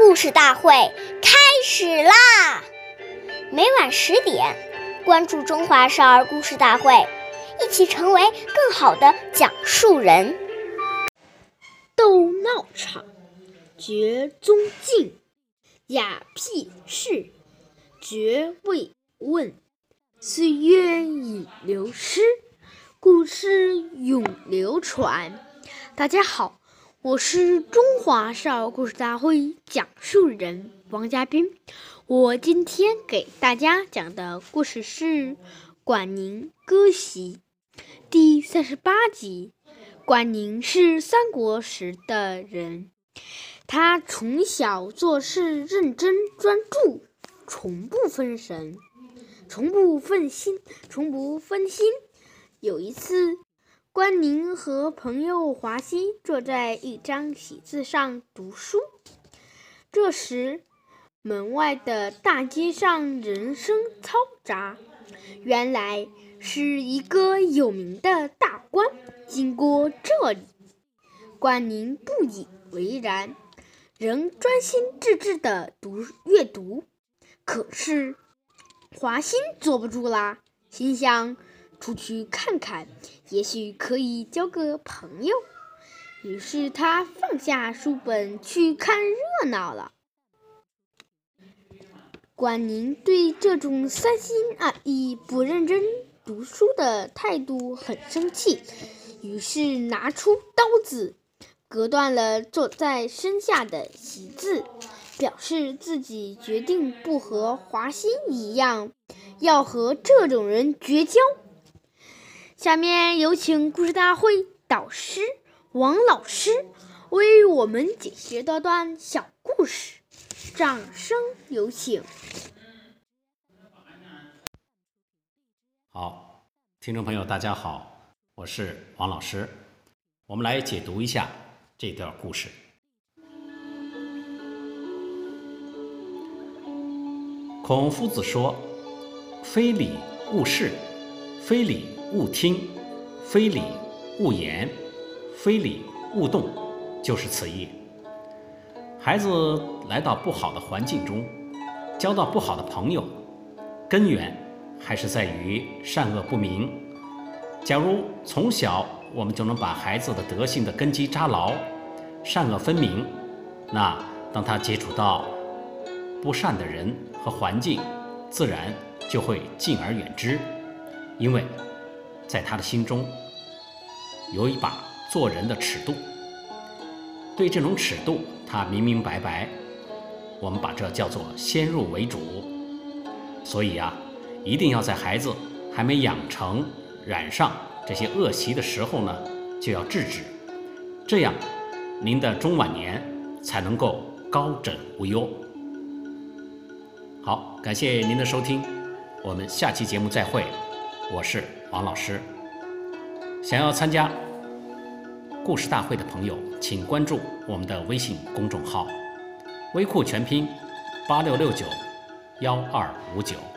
故事大会开始啦！每晚10点，关注中华少儿故事大会，一起成为更好的讲述人。 斗闹场，绝踪迹，雅辟事，绝未问。岁月已流失，故事永流传。大家好，我是中华少儿故事大会讲述人王嘉宾。我今天给大家讲的故事是《管宁割席》第38集。管宁是三国时的人，他从小做事认真专注，从不分心。有一次，关宁和朋友华歆坐在一张席子上读书，这时门外的大街上人声嘈杂，原来是一个有名的大官经过这里。关宁不以为然，仍专心致志地阅读。可是华歆坐不住啦，心想出去看看，也许可以交个朋友。于是他放下书本去看热闹了。关宁对这种三心二意、不认真读书的态度很生气，于是拿出刀子，割断了坐在身下的席子，表示自己决定不和华歆一样，要和这种人绝交。下面有请故事大会导师王老师为我们解析这段小故事，掌声有请。 好，听众朋友大家好，我是王老师，我们来解读一下这段故事。孔夫子说：非礼勿视，非礼勿听，非礼勿言，非礼勿动，就是此意。孩子来到不好的环境中，交到不好的朋友，根源还是在于善恶不明。假如从小我们就能把孩子的德性的根基扎牢，善恶分明，那当他接触到不善的人和环境，自然就会敬而远之，因为在他的心中有一把做人的尺度，对这种尺度他明明白白，我们把这叫做先入为主。所以一定要在孩子还没养成染上这些恶习的时候呢，就要制止，这样您的中晚年才能够高枕无忧。好，感谢您的收听，我们下期节目再会，我是王老师。想要参加故事大会的朋友，请关注我们的微信公众号微库全拼86691259。